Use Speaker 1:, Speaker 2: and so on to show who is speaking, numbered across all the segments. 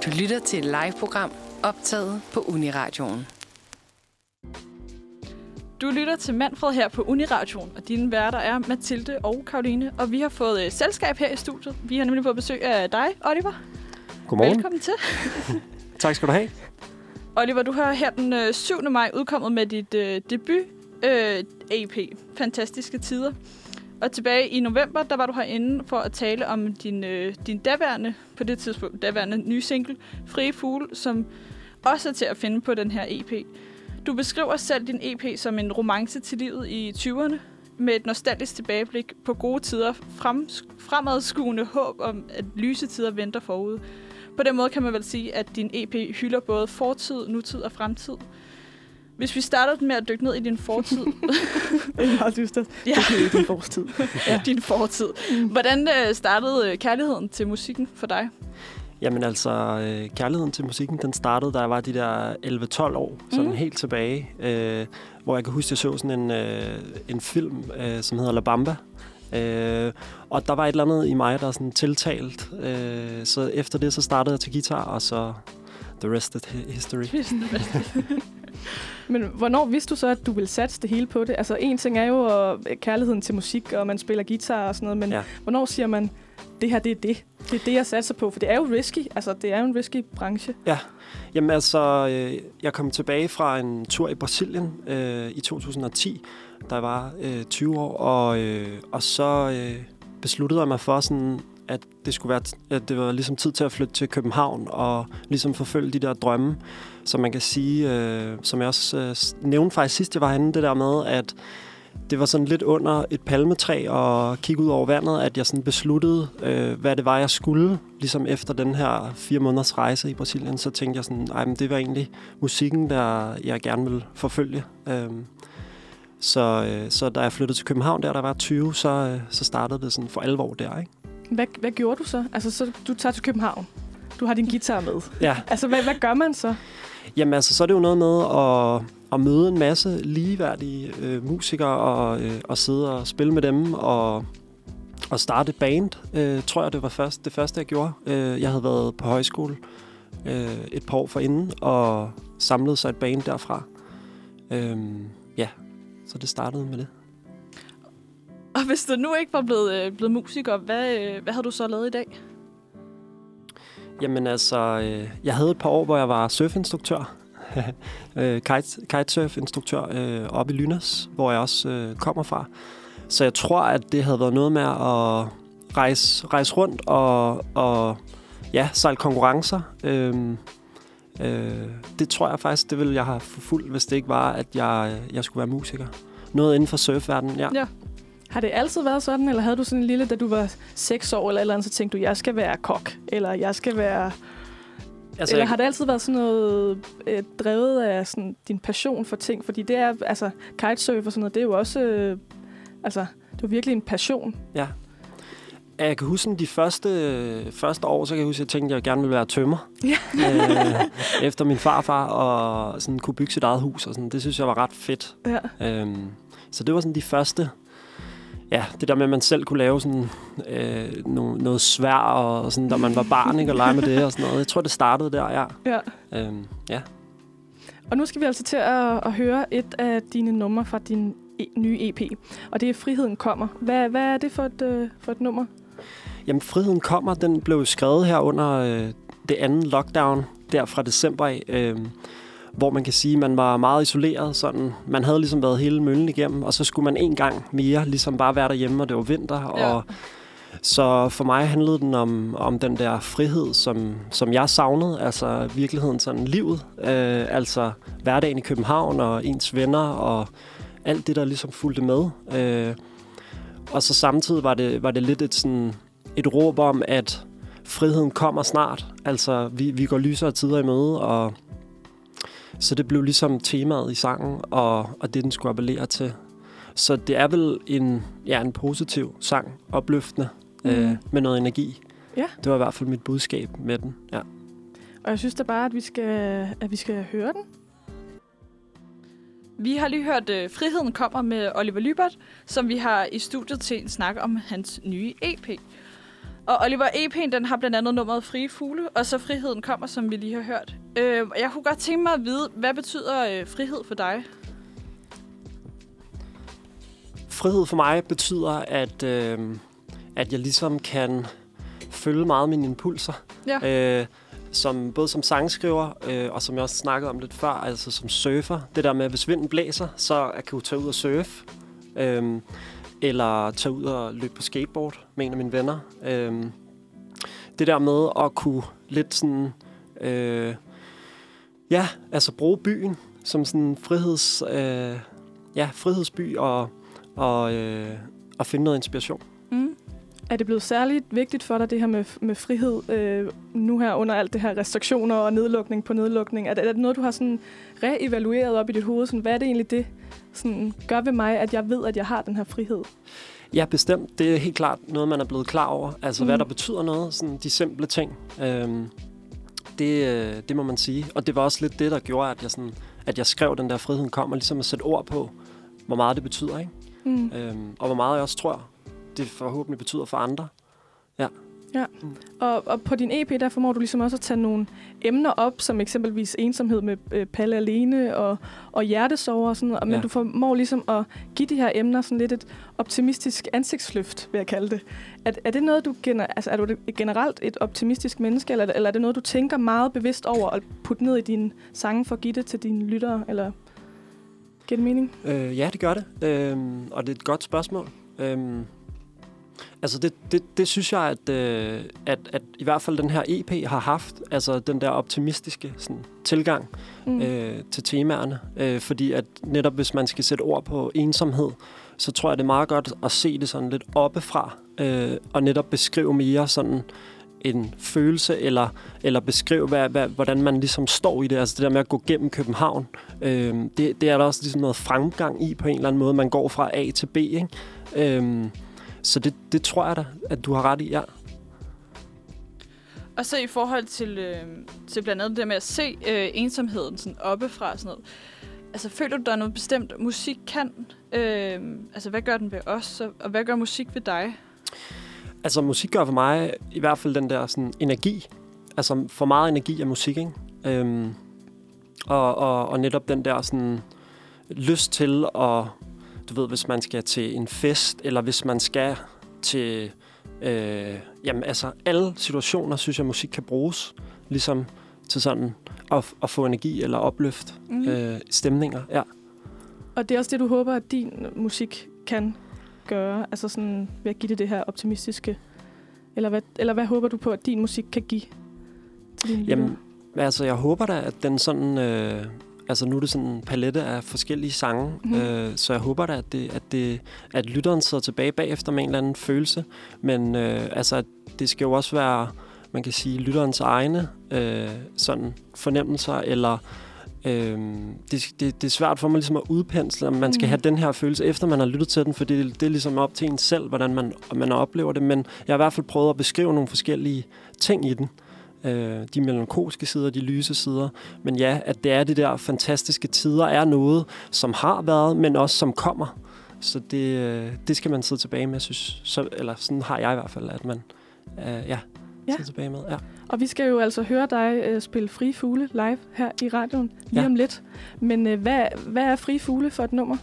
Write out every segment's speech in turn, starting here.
Speaker 1: Du lytter til et live-program optaget på Uniradioen.
Speaker 2: Du lytter til Manfred her på Uniradioen, og dine værter er Mathilde og Karoline. Og vi har fået selskab her i studiet. Vi har nemlig fået besøg af dig, Oliver.
Speaker 3: Godmorgen.
Speaker 2: Velkommen til.
Speaker 3: Tak skal du have.
Speaker 2: Oliver, du har her den 7. maj udkommet med dit debut EP, Fantastiske Tider. Og tilbage i november, der var du herinde for at tale om din daværende, på det tidspunkt, daværende nye single, Frie Fugle, som også er til at finde på den her EP. Du beskriver selv din EP som en romance til livet i 20'erne, med et nostalgisk tilbageblik på gode tider, fremadskuende håb om, at lyse tider venter forud. På den måde kan man vel sige, at din EP hylder både fortid, nutid og fremtid. Hvis vi starter med at dykke ned i din fortid.
Speaker 4: Det er meget dystert.
Speaker 2: Ja.
Speaker 4: Dykke ned i din fortid.
Speaker 2: Ja, din fortid. Hvordan startede kærligheden til musikken for dig?
Speaker 3: Jamen altså, kærligheden til musikken, den startede, da jeg var de der 11-12 år, sådan helt tilbage, hvor jeg kan huske, at jeg så sådan en film, som hedder La Bamba. Og der var et eller andet i mig, der sådan tiltalt. Så efter det, så startede jeg til guitar, og så the rest is history.
Speaker 4: Men hvornår vidste du så, at du ville satse det hele på det? Altså, en ting er jo kærligheden til musik, og man spiller guitar og sådan noget, men hvornår siger man, det her, det er det? Det er det, jeg satser på, for det er jo risky. Altså, det er jo en risky branche.
Speaker 3: Ja. Jamen altså, jeg kom tilbage fra en tur i Brasilien i 2010, da jeg var 20 år, og så besluttede jeg mig for sådan, at det skulle være, at det var ligesom tid til at flytte til København og ligesom forfølge de der drømme, som man kan sige, som jeg også nævnte faktisk sidst, jeg var henne, det der med, at det var sådan lidt under et palmetræ og kigge ud over vandet, at jeg sådan besluttede, hvad det var, jeg skulle. Ligesom efter den her 4 måneders rejse i Brasilien, så tænkte jeg sådan, men det var egentlig musikken, der jeg gerne ville forfølge. Så da jeg flyttede til København, der var 20, så startede det sådan for alvor der, ikke?
Speaker 4: Hvad gjorde du så? Altså, så du tager til København. Du har din guitar med.
Speaker 3: Ja.
Speaker 4: Altså, hvad gør man så?
Speaker 3: Jamen altså, så er det jo noget med at møde en masse ligeværdige musikere og sidde og spille med dem og starte et band. Tror jeg, det var det første, jeg gjorde. Jeg havde været på højskole et par år forinden og samlede så et band derfra. Så det startede med det.
Speaker 2: Og hvis du nu ikke var blevet musiker, hvad havde du så lavet i dag?
Speaker 3: Jamen altså, jeg havde et par år, hvor jeg var surfinstruktør. Kitesurf-instruktør oppe i Lynas, hvor jeg også kommer fra. Så jeg tror, at det havde været noget med at rejse rundt og sejle konkurrencer. Det tror jeg faktisk, det ville jeg have forfulgt, hvis det ikke var, at jeg skulle være musiker. Noget inden for surfverdenen, ja.
Speaker 4: Har det altid været sådan, eller havde du sådan en lille, da du var 6 år eller et eller andet, så tænkte du, jeg skal være kok, eller jeg skal være... Altså, eller har det altid været sådan noget drevet af sådan, din passion for ting? Fordi det er, altså, kitesurf og sådan noget, det er jo også, det er virkelig en passion.
Speaker 3: Ja. Jeg kan huske de første år, så kan jeg huske, at jeg tænkte, at jeg gerne ville være tømrer.
Speaker 4: Ja.
Speaker 3: Efter min farfar, og sådan kunne bygge sit eget hus og sådan. Det synes jeg var ret fedt.
Speaker 4: Ja.
Speaker 3: Så det var sådan de første... Ja, det der med, at man selv kunne lave sådan noget svær og sådan, da man var barn, ikke, og lege med det og sådan noget. Jeg tror, det startede der, ja. Ja.
Speaker 4: Og nu skal vi altså til at høre et af dine numre fra din nye EP. Og det er Friheden kommer. Hvad er det for et nummer? Jamen,
Speaker 3: Friheden kommer, den blev skrevet her under det andet lockdown, der fra december af. Hvor man kan sige, at man var meget isoleret. Sådan. Man havde ligesom været hele møllen igennem, og så skulle man en gang mere ligesom bare være derhjemme, og det var vinter. Ja. Og så for mig handlede den om den der frihed, som jeg savnede. Altså virkeligheden, sådan livet. Altså hverdagen i København og ens venner og alt det, der ligesom fulgte med. Og så samtidig var det lidt et råb om, at friheden kommer snart. Altså vi går lysere tider i møde, og så det blev ligesom temaet i sangen, og det, den skulle appellere til. Så det er vel en positiv sang, opløftende, med noget energi.
Speaker 4: Ja.
Speaker 3: Det var i hvert fald mit budskab med den, ja.
Speaker 4: Og jeg synes da bare, at vi skal høre den.
Speaker 2: Vi har lige hørt Friheden kommer med Oliver Lybert, som vi har i studiet til en snak om hans nye EP. Og Oliver, EP'en, den har blandt andet nummeret Frie Fugle, og så Friheden kommer, som vi lige har hørt. Jeg kunne godt tænke mig at vide, hvad betyder frihed for dig?
Speaker 3: Frihed for mig betyder, at jeg ligesom kan følge meget mine impulser. Ja. Både som sangskriver, og som jeg også snakkede om lidt før, altså som surfer. Det der med, at hvis vinden blæser, så kan jeg tage ud og surfe. Eller tage ud og løbe på skateboard med en af mine venner. Det der med at kunne lidt sådan... bruge byen som sådan en frihedsby og finde noget inspiration.
Speaker 4: Mm. Er det blevet særligt vigtigt for dig, det her med frihed, nu her under alt det her restriktioner og nedlukning på nedlukning? Er det noget, du har sådan reevalueret op i dit hoved? Sådan, hvad er det egentlig, det sådan gør ved mig, at jeg ved, at jeg har den her frihed?
Speaker 3: Ja, bestemt. Det er helt klart noget, man er blevet klar over. Altså, hvad der betyder noget. Sådan de simple ting. Det må man sige. Og det var også lidt det, der gjorde, at jeg skrev den der Friheden kommer, ligesom at sætte ord på, hvor meget det betyder, ikke? Og hvor meget jeg også tror, det forhåbentlig betyder for andre. Ja.
Speaker 4: Ja. Og på din EP, der formår du ligesom også at tage nogle emner op, som eksempelvis ensomhed med Palle alene og hjertesorger og sådan, men du formår ligesom at give de her emner sådan lidt et optimistisk ansigtsløft, vil jeg kalde det. Er det noget, er du generelt et optimistisk menneske, eller er det noget, du tænker meget bevidst over at putte ned i dine sange for at give det til dine lyttere, eller giver det mening?
Speaker 3: Ja, det gør det. Og det er et godt spørgsmål. Altså det synes jeg, at i hvert fald den her EP har haft, altså den der optimistiske sådan, tilgang til temaerne. Fordi at netop hvis man skal sætte ord på ensomhed, så tror jeg, det er meget godt at se det sådan lidt oppefra, og netop beskrive mere sådan en følelse, eller beskrive, hvordan man ligesom står i det. Altså det der med at gå gennem København, det er der også ligesom noget fremgang i på en eller anden måde. Man går fra A til B, ikke? Så det tror jeg da, at du har ret i, ja.
Speaker 2: Og så i forhold til blandt andet det med at se ensomheden sådan oppefra og sådan noget. Altså, føler du, der er noget bestemt, musik kan? Altså, hvad gør den ved os, og hvad gør musik ved dig?
Speaker 3: Altså, musik gør for mig i hvert fald den der sådan energi. Altså, for meget energi af musik, ikke? Og netop den der sådan lyst til at... Du ved, hvis man skal til en fest, eller hvis man skal til... alle situationer, synes jeg, musik kan bruges. Ligesom til sådan at få energi eller opløft stemninger, ja.
Speaker 4: Og det er også det, du håber, at din musik kan gøre? Altså sådan ved at give det her optimistiske? Eller hvad håber du på, at din musik kan give til dine lyttere?
Speaker 3: Jamen, altså jeg håber da, at den sådan... Altså nu er det sådan en palette af forskellige sange, så jeg håber da, at lytteren sidder tilbage bagefter med en eller anden følelse. Men at det skal jo også være, man kan sige, lytterens egne sådan fornemmelser, eller det er svært for mig ligesom at udpensle, om man skal have den her følelse, efter man har lyttet til den, for det er ligesom op til en selv, hvordan man oplever det. Men jeg har i hvert fald prøvet at beskrive nogle forskellige ting i den. De melankolske sider, de lyse sider. Men ja, at det er de der fantastiske tider, er noget, som har været, men også som kommer. Så det skal man sidde tilbage med, synes. Eller sådan har jeg i hvert fald, at man sidder tilbage med. Ja.
Speaker 4: Og vi skal jo altså høre dig spille Frie Fugle live her i radioen lige om lidt. Men hvad er Frie Fugle for et nummer?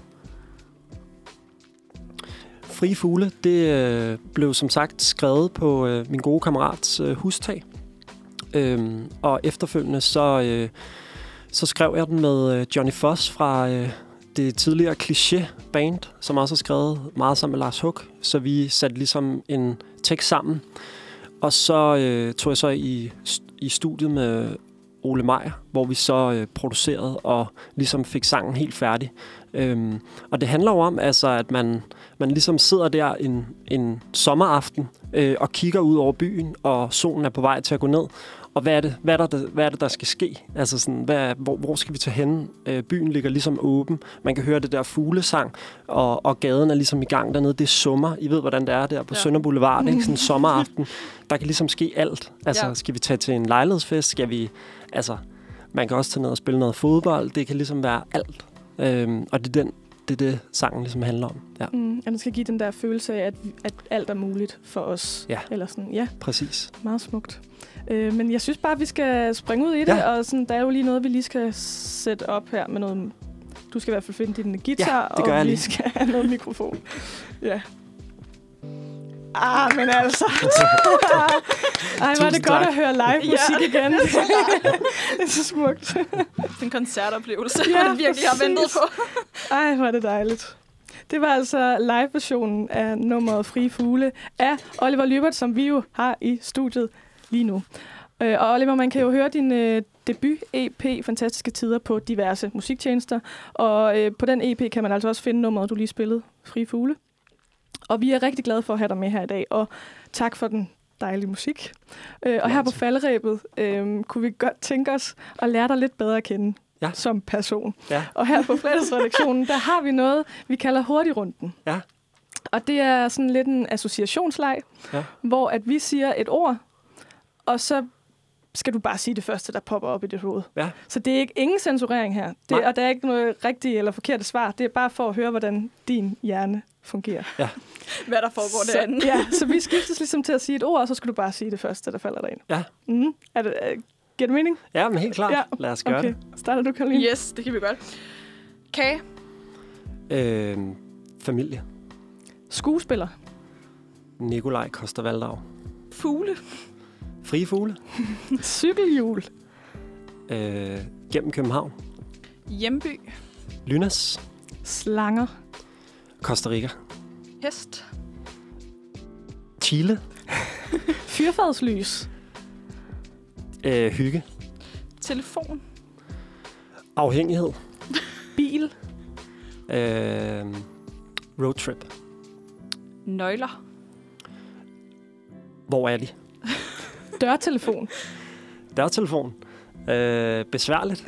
Speaker 3: Frie Fugle, det blev som sagt skrevet på min gode kammerats hustag. Og efterfølgende så skrev jeg den med Johnny Foss fra det tidligere Kliché-band, som også har skrevet meget sammen med Lars Hug. Så vi satte ligesom en tekst sammen. Og så tog jeg så i studiet med Ole Meyer, hvor vi så producerede og ligesom fik sangen helt færdig. Og det handler jo om, altså, at man ligesom sidder der en sommeraften og kigger ud over byen, og solen er på vej til at gå ned. Og hvad er det, der skal ske? Altså sådan, hvor skal vi tage hen? Byen ligger ligesom åben. Man kan høre det der fuglesang, og gaden er ligesom i gang dernede. Det er sommer. I ved, hvordan det er der på Sønder Boulevard, ikke? Sådan en sommeraften. Der kan ligesom ske alt. Altså, skal vi tage til en lejlighedsfest? Skal vi... Altså, man kan også tage ned og spille noget fodbold. Det kan ligesom være alt. Og det er den det er det, sangen ligesom handler om. Ja.
Speaker 4: At den skal give den der følelse af, at alt er muligt for os.
Speaker 3: Ja,
Speaker 4: eller sådan. Ja,
Speaker 3: præcis.
Speaker 4: Meget smukt. Men jeg synes bare, vi skal springe ud i det, og sådan, der er jo lige noget, vi lige skal sætte op her med noget. Du skal i hvert fald finde din guitar, og vi skal have noget mikrofon. Ja. Men altså. Ej, var det godt at høre live musik igen. Det er så smukt.
Speaker 2: Det er en koncertoplevelse, man virkelig har ventet på.
Speaker 4: Ej, hvor er det dejligt. Det var altså live-versionen af nummeret Frie Fugle af Oliver Lübbert, som vi jo har i studiet lige nu. Og Oliver, man kan jo høre din debut-EP, Fantastiske Tider, på diverse musiktjenester. Og på den EP kan man altså også finde nummeret, du lige spillede, Frie Fugle. Og vi er rigtig glade for at have dig med her i dag, og tak for den dejlige musik. Og her på falderebet kunne vi godt tænke os at lære dig lidt bedre at kende som person. Ja. Og her på fredagsredaktionen, der har vi noget, vi kalder hurtigrunden. Ja. Og det er sådan lidt en associationsleg, hvor at vi siger et ord, og så skal du bare sige det første, der popper op i dit hoved. Ja. Så det er ikke ingen censurering her. Og der er ikke noget rigtigt eller forkert svar. Det er bare for at høre, hvordan din hjerne fungerer. Ja.
Speaker 2: Hvad der foregår derinde.
Speaker 4: Så vi skiftes ligesom til at sige et ord, og så skal du bare sige det første, der falder dig ind. Ja. Giver det mening?
Speaker 3: Ja, men helt klart. Ja. Lad os gøre det.
Speaker 4: Starter du, Karoline?
Speaker 2: Yes, det kan vi godt. Kage.
Speaker 3: Familie.
Speaker 4: Skuespiller.
Speaker 3: Nikolaj Coster-Waldau.
Speaker 2: Fugle.
Speaker 3: Frie fugle.
Speaker 4: Cykelhjul.
Speaker 3: Gennem København.
Speaker 2: Hjemby.
Speaker 3: Lynas.
Speaker 4: Slanger.
Speaker 3: Costa Rica.
Speaker 2: Hest.
Speaker 3: Chile.
Speaker 4: Fyrfadslys.
Speaker 3: Hygge.
Speaker 2: Telefon.
Speaker 3: Afhængighed.
Speaker 4: Bil.
Speaker 3: Roadtrip.
Speaker 2: Nøgler.
Speaker 3: Hvor er de?
Speaker 4: Dørtelefon.
Speaker 3: Dørtelefon. Besværligt.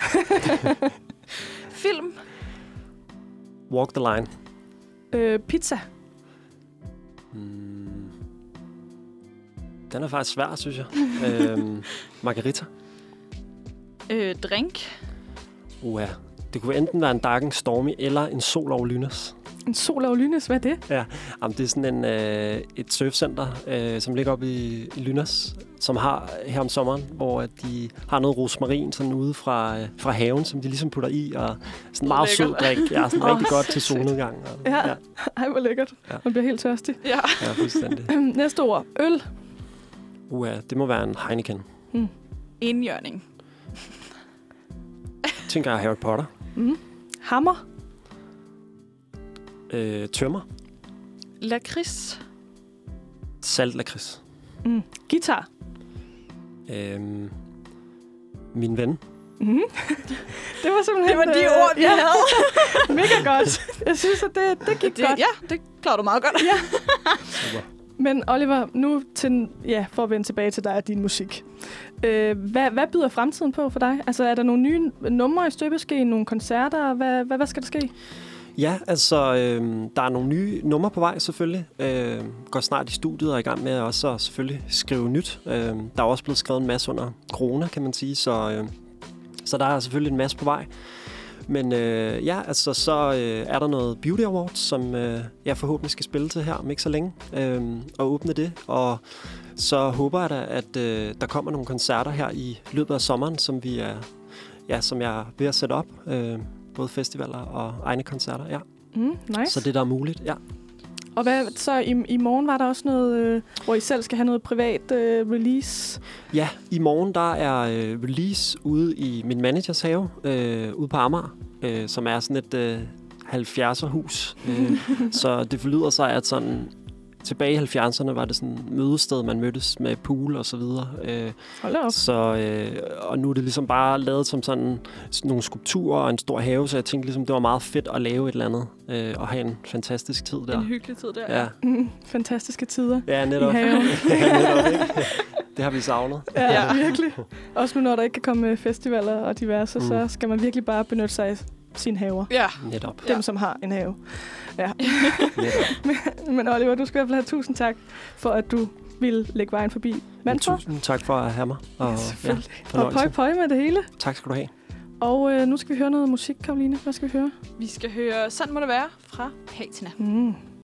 Speaker 2: Film.
Speaker 3: Walk the line.
Speaker 4: Pizza.
Speaker 3: Den er faktisk svær, synes jeg. Margarita.
Speaker 2: Drink.
Speaker 3: Ja. Det kunne enten være en Darken Stormy eller en Sol over Lynes.
Speaker 4: En Sol over Lynes? Hvad er det?
Speaker 3: Ja, det er sådan et surfcenter, som ligger oppe i Lynes, som har her om sommeren, hvor de har noget rosmarin sådan ude fra haven, som de ligesom putter i, og sådan meget sød drik. Ja, sådan rigtig godt til solnedgang.
Speaker 4: Ja. Ej, hvor lækkert. Ja. Man bliver helt tørstig.
Speaker 2: Ja,
Speaker 3: fuldstændig.
Speaker 4: Næste ord. Øl.
Speaker 3: Ja, det må være en Heineken.
Speaker 2: Enhjørning.
Speaker 3: Tænker jeg Harry Potter.
Speaker 4: Hammer.
Speaker 3: Tømmer.
Speaker 2: Lakrids.
Speaker 3: Saltlakrids.
Speaker 4: Guitar.
Speaker 3: Min ven.
Speaker 4: Det var simpelthen...
Speaker 2: Det var de ord, vi havde.
Speaker 4: Mega godt. Jeg synes, at det gik godt.
Speaker 2: Ja, det klarer du meget godt.
Speaker 4: Ja. Super. Men Oliver, nu for at vende tilbage til dig og din musik. Hvad byder fremtiden på for dig? Altså, er der nogle nye numre i støbeskeen, nogle koncerter? Hvad skal der ske?
Speaker 3: Ja, altså, der er nogle nye numre på vej selvfølgelig. Går snart i studiet og er i gang med også at selvfølgelig skrive nyt. Der er også blevet skrevet en masse under corona, kan man sige, så der er selvfølgelig en masse på vej. Men så er der noget Beauty Awards, som jeg forhåbentlig skal spille til her om ikke så længe, og åbne det. Og så håber jeg da, at der kommer nogle koncerter her i løbet af sommeren, som som jeg er ved at sætte op. Både festivaler og egne koncerter, ja.
Speaker 4: Nice.
Speaker 3: Så det der er muligt, ja.
Speaker 4: Og så i morgen var der også noget, hvor I selv skal have noget privat release?
Speaker 3: Ja, i morgen der er release ude i min managers have, ude på Amager, som er sådan et 70'er hus. Så det forlyder sig, at sådan tilbage i 70'erne var det sådan et mødested, man mødtes med pool og så videre. Og nu er det ligesom bare lavet som sådan nogle skulpturer og en stor have, så jeg tænkte ligesom, det var meget fedt at lave et eller andet og have en fantastisk tid der.
Speaker 2: En hyggelig tid der.
Speaker 3: Ja.
Speaker 4: Fantastiske tider.
Speaker 3: Ja, netop.
Speaker 4: I haven.
Speaker 3: Ja, netop, ikke? Det har vi savnet.
Speaker 4: Ja, virkelig. Også nu, når der ikke kan komme festivaler og diverse, så skal man virkelig bare benytte sig af sine haver.
Speaker 2: Ja.
Speaker 3: Netop.
Speaker 4: Dem, som har en have. Ja. men Oliver, du skal i hvert fald have tusind tak for, at du ville lægge vejen forbi Manfred.
Speaker 3: Tusind tak for at have mig. Og,
Speaker 4: og pøj med det hele.
Speaker 3: Tak skal du have.
Speaker 4: Og nu skal vi høre noget musik, Karoline. Hvad skal vi høre?
Speaker 2: Vi skal høre Sådan må det være fra Patina.